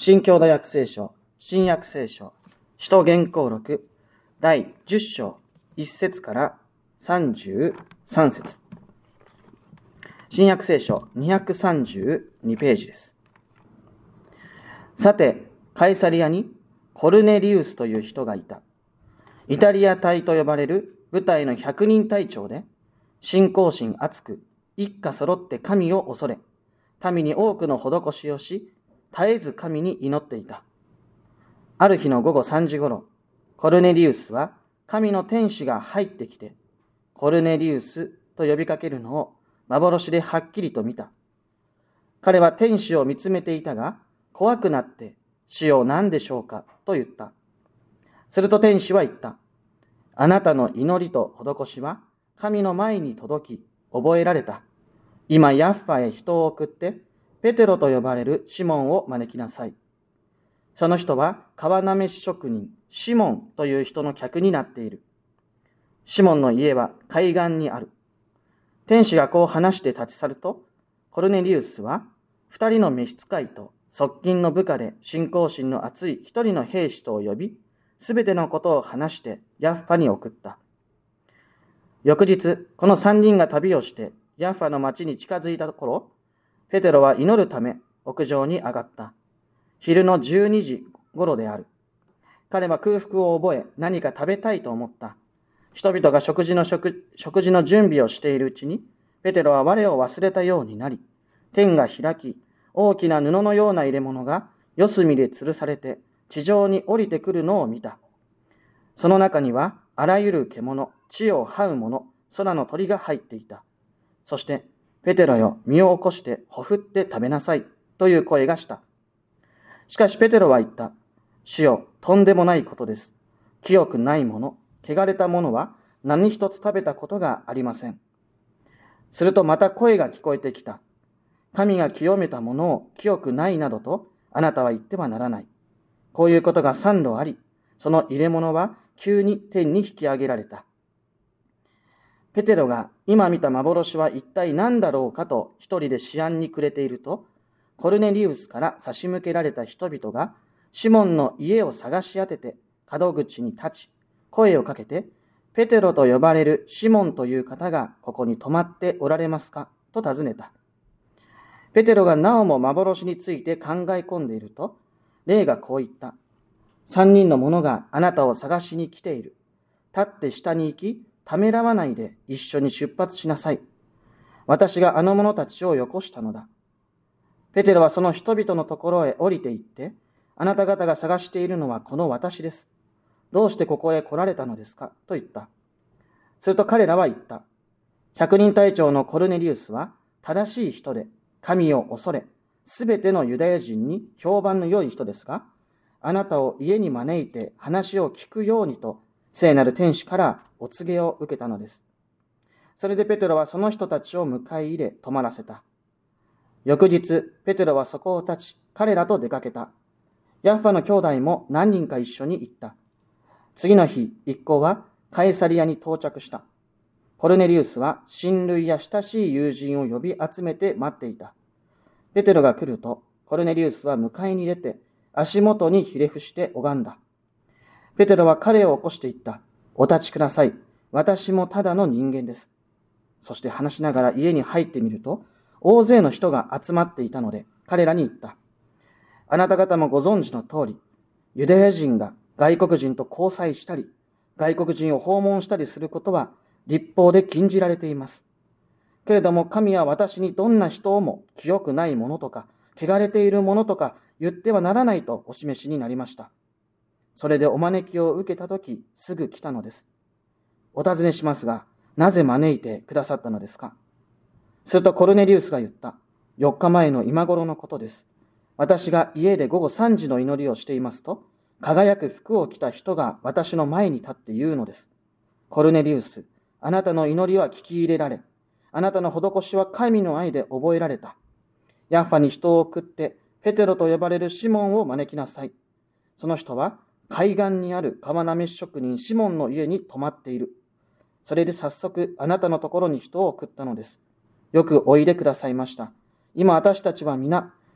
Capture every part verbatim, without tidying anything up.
新共同訳聖書、新約聖書、使徒言行録、第じゅっ章、いっ節からさんじゅうさん節。新約聖書にひゃくさんじゅうにページです。さて、カイサリアにコルネリウスという人がいた。イタリア隊と呼ばれる部隊の百人隊長で、信仰心厚く、一家揃って神を恐れ、民に多くの施しをし、絶えず神に祈っていた。ある日の午後さんじごろ、コルネリウスは神の天使が入ってきて、コルネリウスと呼びかけるのを幻ではっきりと見た。彼は天使を見つめていたが、怖くなって、主よ何でしょうかと言った。すると天使は言った。あなたの祈りと施しは神の前に届き、覚えられた。今ヤッファへ人を送って、ペテロと呼ばれるシモンを招きなさい。その人は川なめし職人シモンという人の客になっている。シモンの家は海岸にある。天使がこう話して立ち去ると、コルネリウスは二人の召使いと側近の部下で信仰心の厚い一人の兵士とを呼び、すべてのことを話してヤッファに送った。翌日、この三人が旅をしてヤッファの町に近づいたところ、ペテロは祈るため屋上に上がった。昼のじゅうにじ頃である。彼は空腹を覚え何か食べたいと思った。人々が食事の食、食事の準備をしているうちに、ペテロは我を忘れたようになり、天が開き、大きな布のような入れ物が四隅で吊るされて地上に降りてくるのを見た。その中にはあらゆる獣、地を這う者、空の鳥が入っていた。そして、ペテロよ、身を起こしてほふって食べなさいという声がした。しかしペテロは言った。主よ、とんでもないことです。清くないもの、汚れたものは何一つ食べたことがありません。するとまた声が聞こえてきた。神が清めたものを清くないなどとあなたは言ってはならない。こういうことが三度あり、その入れ物は急に天に引き上げられた。ペテロが今見た幻は一体何だろうかと一人で思案に暮れていると、コルネリウスから差し向けられた人々がシモンの家を探し当てて門口に立ち、声をかけて、ペテロと呼ばれるシモンという方がここに泊まっておられますかと尋ねた。ペテロがなおも幻について考え込んでいると、霊がこう言った。三人の者があなたを探しに来ている。立って下に行き、ためらわないで一緒に出発しなさい。私があの者たちをよこしたのだ。ペテロはその人々のところへ降りて行って、あなた方が探しているのはこの私です。どうしてここへ来られたのですかと言った。すると彼らは言った。百人隊長のコルネリウスは正しい人で、神を恐れ、すべてのユダヤ人に評判の良い人ですが、あなたを家に招いて話を聞くようにと、聖なる天使からお告げを受けたのです。それでペテロはその人たちを迎え入れ泊まらせた。翌日、ペテロはそこを立ち、彼らと出かけた。ヤッファの兄弟も何人か一緒に行った。次の日、一行はカエサリアに到着した。コルネリウスは親類や親しい友人を呼び集めて待っていた。ペテロが来ると、コルネリウスは迎えに出て、足元にひれ伏して拝んだ。ペテロは彼を起こして言った。お立ちください。私もただの人間です。そして話しながら家に入ってみると、大勢の人が集まっていたので、彼らに言った。あなた方もご存知の通り、ユダヤ人が外国人と交際したり、外国人を訪問したりすることは律法で禁じられています。けれども神は私にどんな人をも清くないものとか、汚れているものとか言ってはならないとお示しになりました。それでお招きを受けたとき、すぐ来たのです。お尋ねしますが、なぜ招いてくださったのですか？するとコルネリウスが言った。よっかまえの今頃のことです。私が家で午後さんじの祈りをしていますと、輝く服を着た人が私の前に立って言うのです。コルネリウス、あなたの祈りは聞き入れられ、あなたの施しは神の愛で覚えられた。ヤッファに人を送って、ペテロと呼ばれるシモンを招きなさい。その人は、海岸にある川なめし職人シモンの家に泊まっている。それで早速あなたのところに人を送ったのです。よくおいでくださいました。今私たちは皆、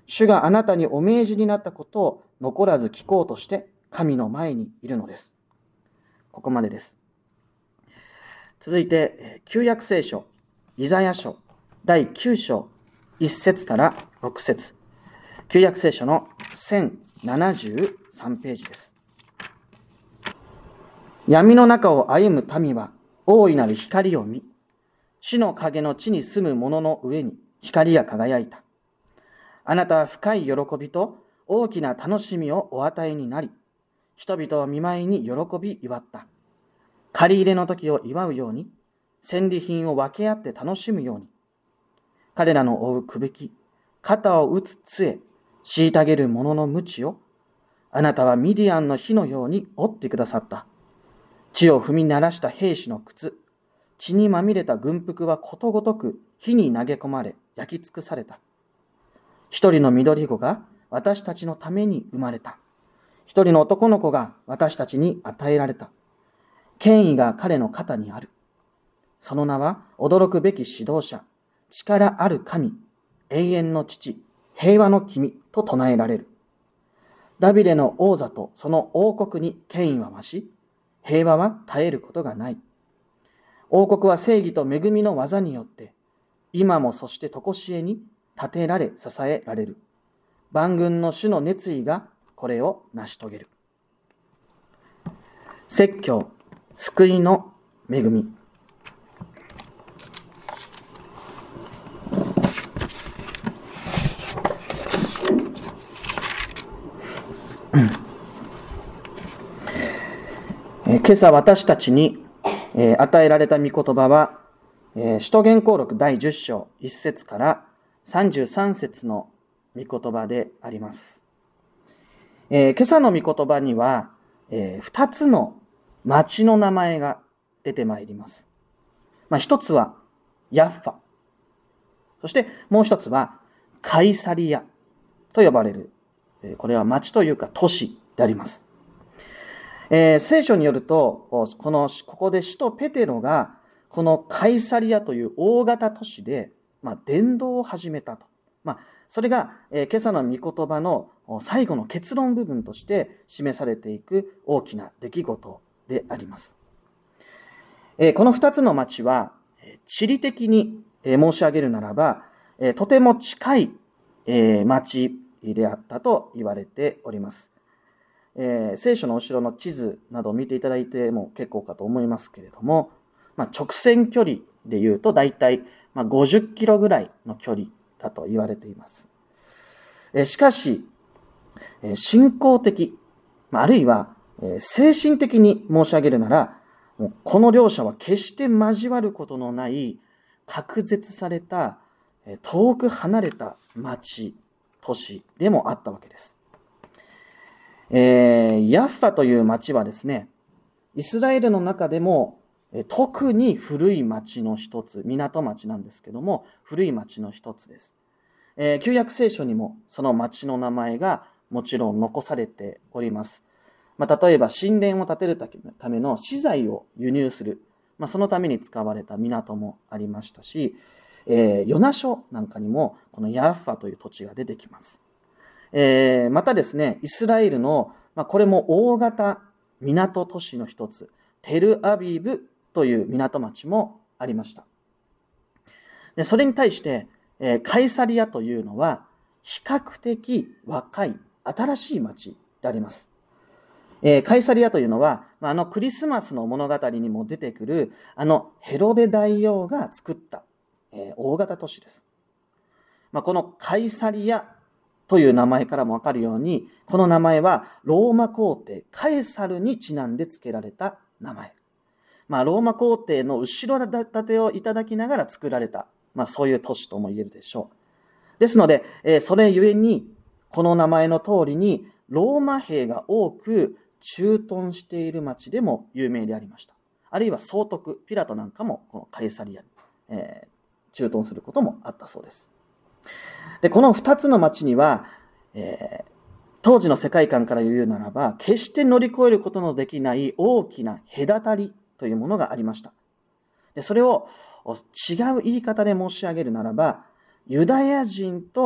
主があなたにお命じになったことを残らず聞こうとして神の前にいるのです。ここまでです。続いて、旧約聖書、イザヤ書、だいきゅう章、いち節からろく節。旧約聖書のせんななじゅうさんページです。闇の中を歩む民は大いなる光を見、死の影の地に住む者の上に光が輝いた。あなたは深い喜びと大きな楽しみをお与えになり、人々を見舞いに喜び祝った。借り入れの時を祝うように、戦利品を分け合って楽しむように。彼らの負うくびき、肩を打つ杖、虐げる者の鞭を、あなたはミディアンの火のように折ってくださった。地を踏み鳴らした兵士の靴、血にまみれた軍服はことごとく火に投げ込まれ焼き尽くされた。一人の緑子が私たちのために生まれた。一人の男の子が私たちに与えられた。権威が彼の肩にある。その名は驚くべき指導者、力ある神、永遠の父、平和の君と唱えられる。ダビデの王座とその王国に権威は増し、平和は絶えることがない。王国は正義と恵みの技によって、今もそして常しえに立てられ支えられる。万軍の主の熱意がこれを成し遂げる。説教、救いの恵み。今朝私たちに与えられた御言葉は、使徒言行録だいじゅっ章いち節からさんじゅうさん節の御言葉であります。今朝の御言葉にはふたつの町の名前が出てまいります。まあ、一つはヤッファ、そしてもう一つはカイサリアと呼ばれる、これは町というか都市であります。えー、聖書によると、この、ここで使徒ペテロが、このカイサリアという大型都市で、まあ、伝道を始めたと。まあ、それが、えー、今朝の御言葉の最後の結論部分として示されていく大きな出来事であります。えー、この二つの町は、地理的に申し上げるならば、えー、とても近い、えー、町であったと言われております。えー、聖書の後ろの地図などを見ていただいても結構かと思いますけれども、まあ、直線距離でいうと大体まあごじゅっキロぐらいの距離だと言われています。えー、しかし、えー、信仰的、あるいは、えー、精神的に申し上げるなら、もうこの両者は決して交わることのない隔絶された、えー、遠く離れた町、都市でもあったわけです。えー、ヤッファという町はですね、イスラエルの中でも、えー、特に古い町の一つ、港町なんですけども、古い町の一つです。えー、旧約聖書にもその町の名前がもちろん残されております。まあ、例えば神殿を建てるための資材を輸入する、まあ、そのために使われた港もありましたし、えー、ヨナ書なんかにもこのヤッファという土地が出てきます。えー、またですね、イスラエルの、まあ、これも大型港都市の一つ、テルアビブという港町もありました。でそれに対して、えー、カイサリアというのは、比較的若い、新しい町であります。えー、カイサリアというのは、あのクリスマスの物語にも出てくる、あのヘロデ大王が作った、えー、大型都市です。まあ、このカイサリアという名前からもわかるように、この名前はローマ皇帝カエサルにちなんで付けられた名前。まあ、ローマ皇帝の後ろ盾てをいただきながら作られた、まあ、そういう都市とも言えるでしょう。ですので、えー、それゆえに、この名前の通りに、ローマ兵が多く駐屯している町でも有名でありました。あるいは総督、ピラトなんかもこのカエサリアに、えー、駐屯することもあったそうです。で、この二つの町には、えー、当時の世界観から言うならば、決して乗り越えることのできない大きな隔たりというものがありました。で、それを違う言い方で申し上げるならば、ユダヤ人と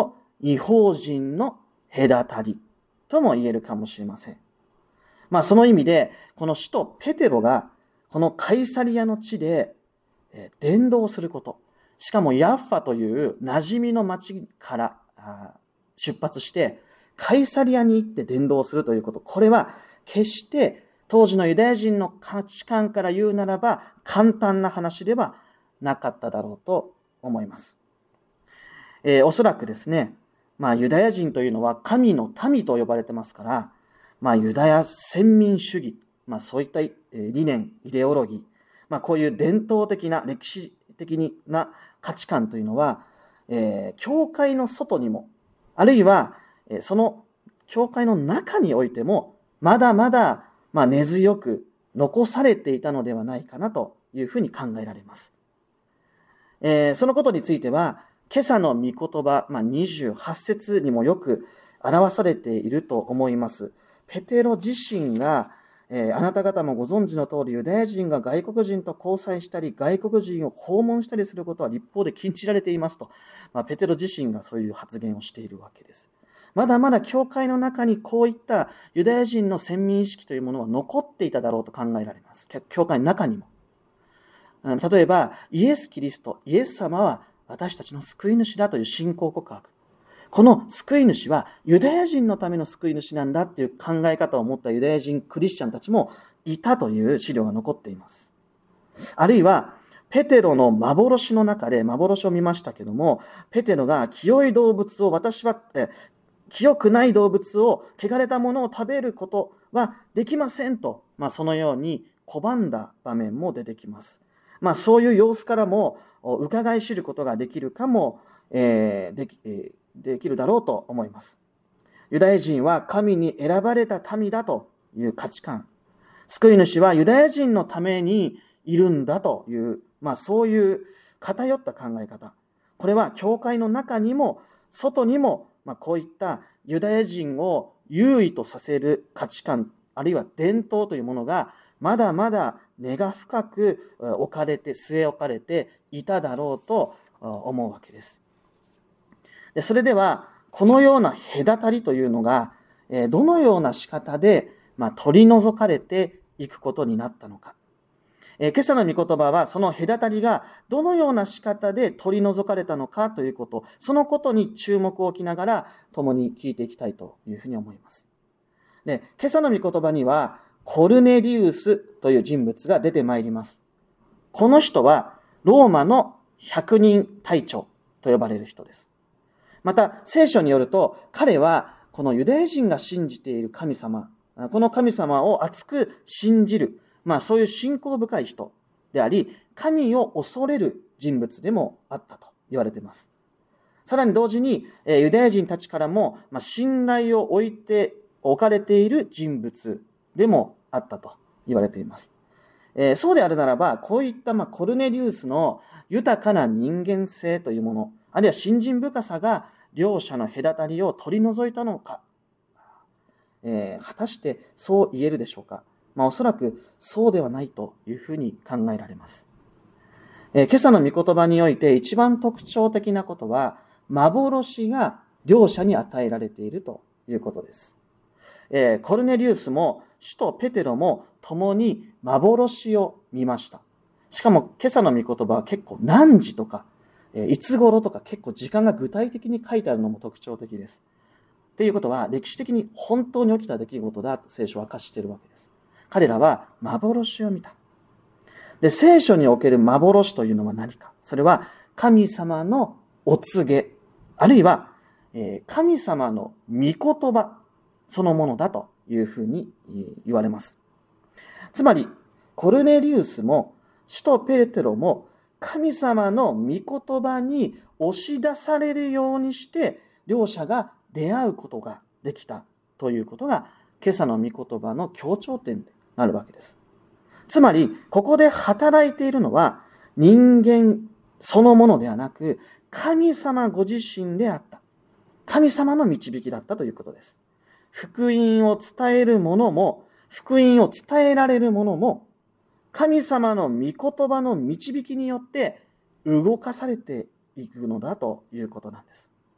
異邦人の隔たりとも言えるかもしれません。まあその意味で、この使徒ペテロがこのカイサリアの地で伝道すること、しかもヤッファという馴染みの町から出発してカイサリアに行って伝道するということ、これは決して当時のユダヤ人の価値観から言うならば簡単な話ではなかっただろうと思います。えー、おそらくですね、まあユダヤ人というのは神の民と呼ばれてますから、まあユダヤ先民主義、まあそういった理念、イデオロギー、まあこういう伝統的な歴史的な価値観というのは、えー、教会の外にも、あるいはその教会の中においても、まだまだまあ根強く残されていたのではないかなというふうに考えられます。えー、そのことについては、今朝の御言葉、まあ、にじゅうはち節にもよく表されていると思います。ペテロ自身が、えー、あなた方もご存知の通り、ユダヤ人が外国人と交際したり、外国人を訪問したりすることは立法で禁じられていますと、まあ、ペテロ自身がそういう発言をしているわけです。まだまだ教会の中にこういったユダヤ人の先民意識というものは残っていただろうと考えられます。教会の中にも。例えば、イエス・キリスト、イエス様は私たちの救い主だという信仰告白。この救い主はユダヤ人のための救い主なんだっていう考え方を持ったユダヤ人クリスチャンたちもいたという資料が残っています。あるいは、ペテロの幻の中で幻を見ましたけども、ペテロが清い動物を私は、え清くない動物を、汚れたものを食べることはできませんと、まあそのように拒んだ場面も出てきます。まあそういう様子からも伺い知ることができるかも、えー、でき、えー、できるだろうと思います。ユダヤ人は神に選ばれた民だという価値観。救い主はユダヤ人のためにいるんだという、まあそういう偏った考え方。これは教会の中にも外にも、まあこういったユダヤ人を優位とさせる価値観、あるいは伝統というものがまだまだ根が深く置かれて、据え置かれていただろうと思うわけです。で、それでは、このような隔たりというのが、どのような仕方で、まあ、取り除かれていくことになったのか。今朝の御言葉は、その隔たりがどのような仕方で取り除かれたのかということ、そのことに注目を置きながら、共に聞いていきたいというふうに思います。で、今朝の御言葉には、コルネリウスという人物が出てまいります。この人は、ローマの百人隊長と呼ばれる人です。また、聖書によると、彼は、このユダヤ人が信じている神様、この神様を熱く信じる、まあそういう信仰深い人であり、神を恐れる人物でもあったと言われています。さらに同時に、ユダヤ人たちからも、まあ、信頼を置いて、置かれている人物でもあったと言われています。えー、そうであるならば、こういったまあコルネリウスの豊かな人間性というもの、あるいは信心深さが両者の隔たりを取り除いたのか、えー、果たしてそう言えるでしょうか。まあ、おそらくそうではないというふうに考えられます。えー、今朝の御言葉において一番特徴的なことは、幻が両者に与えられているということです。えー、コルネリウスも使徒ペテロも共に幻を見ました。しかも今朝の御言葉は結構何時とか、えー、いつ頃とか結構時間が具体的に書いてあるのも特徴的です。っていうことは歴史的に本当に起きた出来事だと聖書は明かしているわけです。彼らは幻を見た。で、聖書における幻というのは何か。それは神様のお告げ、あるいは、えー、神様の御言葉そのものだというふうに言われます。つまり、コルネリウスも使徒ペテロも神様の御言葉に押し出されるようにして両者が出会うことができたということが今朝の御言葉の強調点になるわけです。つまり、ここで働いているのは人間そのものではなく神様ご自身であった。神様の導きだったということです。福音を伝える者も、福音を伝えられる者も、神様の御言葉の導きによって動かされていくのだということなんです。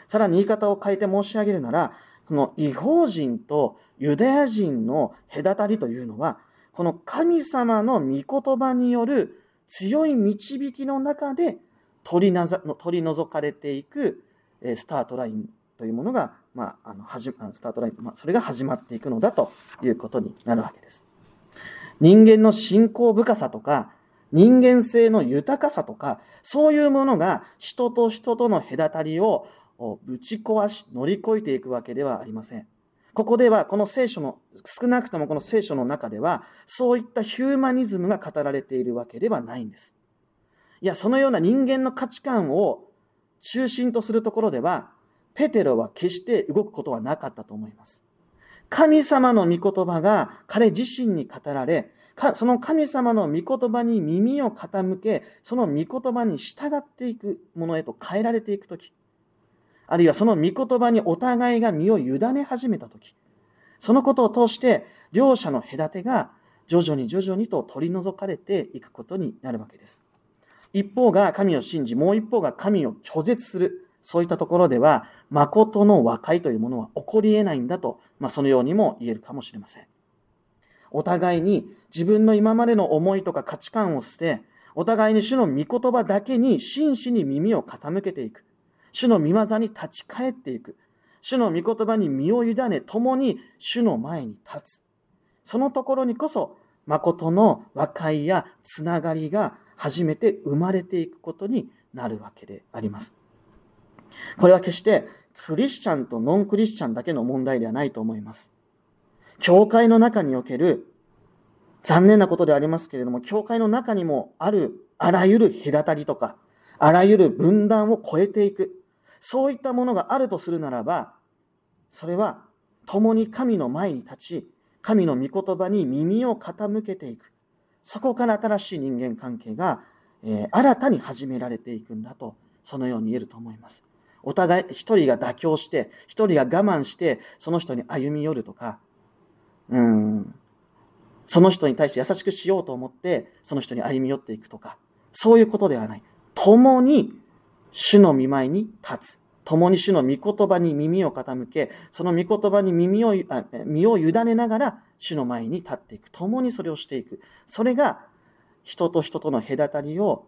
さらに言い方を変えて申し上げるなら、この異邦人とユダヤ人の隔たりというのは、この神様の御言葉による強い導きの中で取りなざ取り除かれていくスタートラインというものが、まあ、あの始スタートライン、まあ、それが始まっていくのだということになるわけです。人間の信仰深さとか、人間性の豊かさとか、そういうものが人と人との隔たりをぶち壊し、乗り越えていくわけではありません。ここでは、この聖書の、少なくともこの聖書の中では、そういったヒューマニズムが語られているわけではないんです。いや、そのような人間の価値観を中心とするところでは、ペテロは決して動くことはなかったと思います。神様の御言葉が彼自身に語られ、その神様の御言葉に耳を傾け、その御言葉に従っていくものへと変えられていくとき、あるいはその御言葉にお互いが身を委ね始めたとき、そのことを通して両者の隔てが徐々に徐々にと取り除かれていくことになるわけです。一方が神を信じ、もう一方が神を拒絶する、そういったところでは、誠の和解というものは起こり得ないんだと、まあ、そのようにも言えるかもしれません。お互いに自分の今までの思いとか価値観を捨て、お互いに主の御言葉だけに真摯に耳を傾けていく。主の御業に立ち返っていく。主の御言葉に身を委ね、共に主の前に立つ。そのところにこそ、誠の和解やつながりが初めて生まれていくことになるわけであります。これは決してクリスチャンとノンクリスチャンだけの問題ではないと思います。教会の中における残念なことではありますけれども、教会の中にもあるあらゆる隔たりとか、あらゆる分断を超えていく、そういったものがあるとするならば、それは共に神の前に立ち、神の御言葉に耳を傾けていく。そこから新しい人間関係が、えー、新たに始められていくんだと、そのように言えると思います。お互い一人が妥協して、一人が我慢して、その人に歩み寄るとか、うーん、その人に対して優しくしようと思って、その人に歩み寄っていくとか、そういうことではない。共に主の御前に立つ。共に主の御言葉に耳を傾け、その御言葉に耳を、あ身を委ねながら主の前に立っていく。共にそれをしていく。それが人と人との隔たりを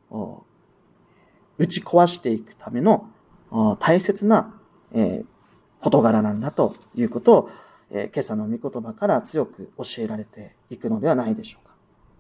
打ち壊していくための大切な事柄なんだということを、今朝の御言葉から強く教えられていくのではないでしょうか。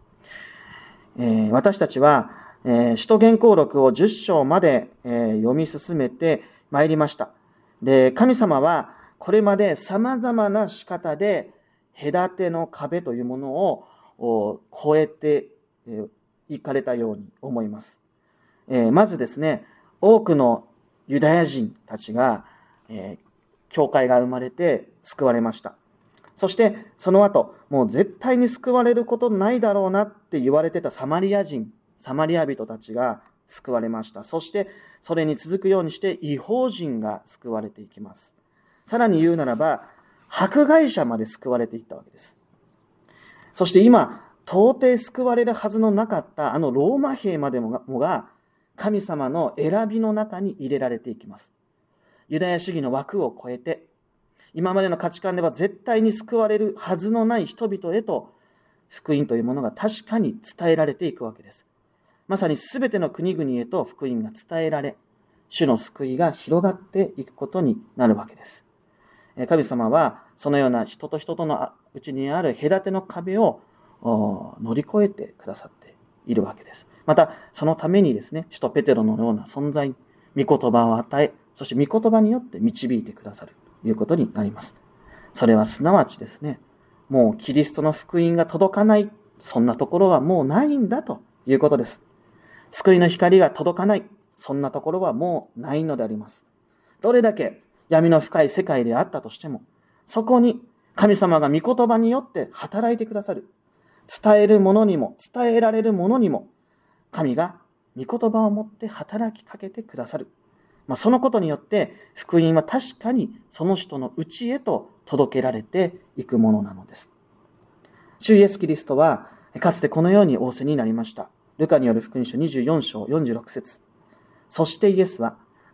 私たちは使徒言行録をじゅっ章まで読み進めてまいりました。で、神様はこれまで様々な仕方で隔ての壁というものを越えていかれたように思います。まずですね、多くのユダヤ人たちが教会が生まれて救われました。そしてその後、もう絶対に救われることないだろうなって言われてたサマリア人、サマリア人たちが救われました。そしてそれに続くようにして異邦人が救われていきます。さらに言うならば、迫害者まで救われていったわけです。そして今、到底救われるはずのなかったあのローマ兵までもが神様の選びの中に入れられていきます。ユダヤ主義の枠を超えて、今までの価値観では絶対に救われるはずのない人々へと、福音というものが確かに伝えられていくわけです。まさにすべての国々へと福音が伝えられ、主の救いが広がっていくことになるわけです。神様はそのような人と人とのうちにある隔ての壁を乗り越えてくださっているわけです。またそのためにですね、使徒ペテロのような存在、御言葉を与え、そして御言葉によって導いてくださるということになります。それはすなわちですね、もうキリストの福音が届かない、そんなところはもうないんだということです。救いの光が届かない、そんなところはもうないのであります。どれだけ闇の深い世界であったとしても、そこに神様が御言葉によって働いてくださる。伝えるものにも、伝えられるものにも、神が御言葉をもって働きかけてくださる。まあ、そのことによって、福音は確かにその人の内へと届けられていくものなのです。主イエスキリストは、かつてこのように仰せになりました。ルカによる福音書にじゅうよん章よんじゅうろく節。そしてイエスは、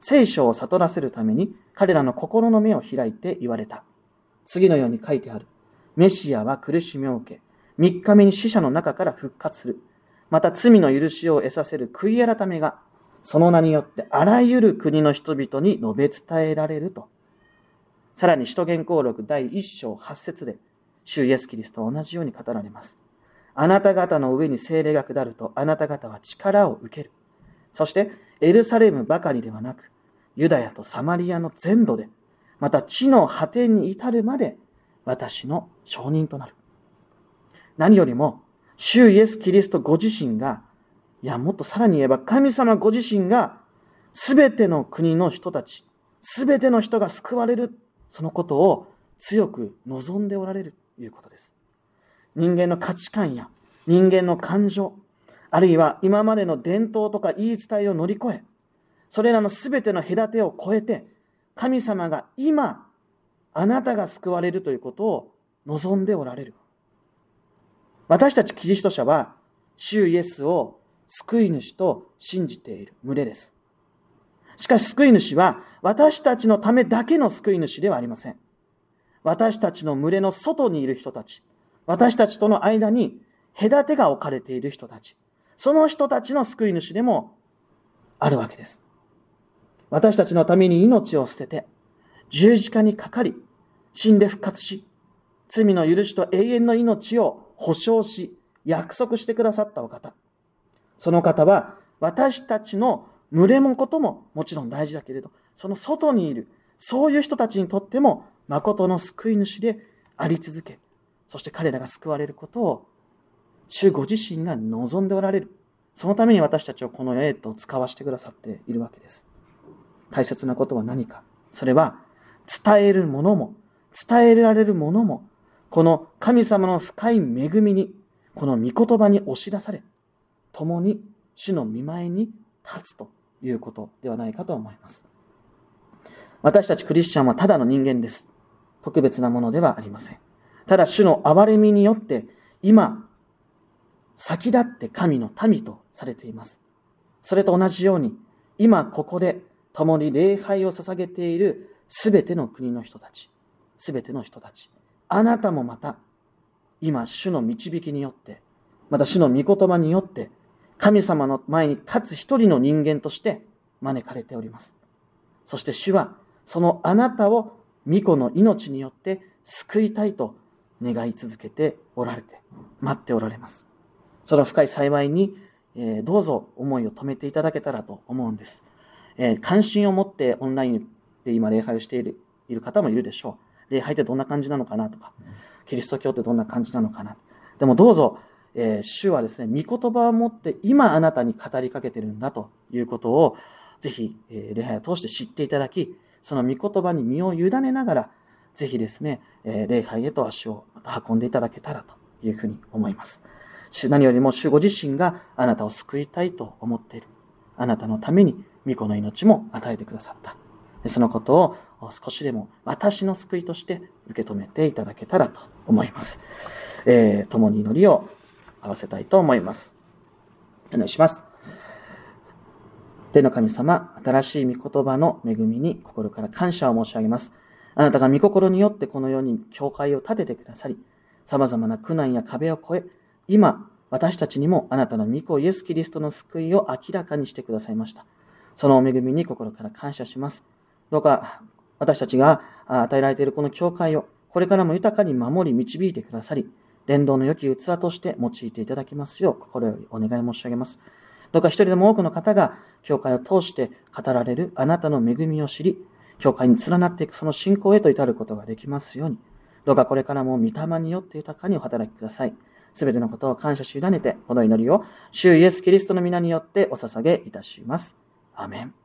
聖書を悟らせるために彼らの心の目を開いて言われた。次のように書いてある。メシアは苦しみを受け、三日目に死者の中から復活する。また罪の許しを得させる悔い改めが、その名によってあらゆる国の人々に述べ伝えられると。さらに使徒言行録第一章八節で、主イエスキリストは同じように語られます。あなた方の上に聖霊が下ると、あなた方は力を受ける。そして、エルサレムばかりではなく、ユダヤとサマリアの全土で、また地の果てに至るまで、私の証人となる。何よりも、主イエスキリストご自身が、いや、もっとさらに言えば、神様ご自身が、すべての国の人たち、すべての人が救われる、そのことを強く望んでおられるということです。人間の価値観や人間の感情、あるいは今までの伝統とか言い伝えを乗り越え、それらのすべての隔てを超えて、神様が今、あなたが救われるということを望んでおられる。私たちキリスト者は、主イエスを救い主と信じている群れです。しかし救い主は私たちのためだけの救い主ではありません。私たちの群れの外にいる人たち、私たちとの間に隔てが置かれている人たち、その人たちの救い主でもあるわけです。私たちのために命を捨てて、十字架にかかり、死んで復活し、罪の許しと永遠の命を保証し、約束してくださったお方。その方は私たちの群れのことももちろん大事だけれど、その外にいる、そういう人たちにとっても誠の救い主であり続け、そして彼らが救われることを主ご自身が望んでおられる。そのために私たちをこの世へと使わしてくださっているわけです。大切なことは何か。それは伝えるものも伝えられるものもこの神様の深い恵みに、この御言葉に押し出され、共に主の御前に立つということではないかと思います。私たちクリスチャンはただの人間です。特別なものではありません。ただ主の憐れみによって今先立って神の民とされています。それと同じように今ここで共に礼拝を捧げているすべての国の人たち、すべての人たち、あなたもまた今主の導きによって、また主の御言葉によって神様の前に立つ一人の人間として招かれております。そして主はそのあなたを御子の命によって救いたいと願い続けておられて、待っておられます。その深い幸いに、えー、どうぞ思いを止めていただけたらと思うんです。えー、関心を持ってオンラインで今礼拝をしている、いる方もいるでしょう。礼拝ってどんな感じなのかなとか、キリスト教ってどんな感じなのかな。でもどうぞ、えー、主はですね、御言葉を持って今あなたに語りかけてるんだということを、ぜひ、えー、礼拝を通して知っていただき、その御言葉に身を委ねながら、ぜひですね、えー、礼拝へと足をまた運んでいただけたらというふうに思います。主、何よりも主ご自身があなたを救いたいと思っている。あなたのために御子の命も与えてくださった。そのことを少しでも私の救いとして受け止めていただけたらと思います。えー、共に祈りを合わせたいと思います。お願いします。天の神様、新しい御言葉の恵みに心から感謝を申し上げます。あなたが御心によってこの世に教会を建ててくださり、様々な苦難や壁を越え、今、私たちにもあなたの御子イエス・キリストの救いを明らかにしてくださいました。その恵みに心から感謝します。どうか私たちが与えられているこの教会をこれからも豊かに守り導いてくださり、伝道の良き器として用いていただきますよう心よりお願い申し上げます。どうか一人でも多くの方が教会を通して語られるあなたの恵みを知り、教会に連なっていくその信仰へと至ることができますように、どうかこれからも御霊によって豊かにお働きください。すべてのことを感謝し委ねて、この祈りを主イエスキリストの皆によってお捧げいたします。アメン。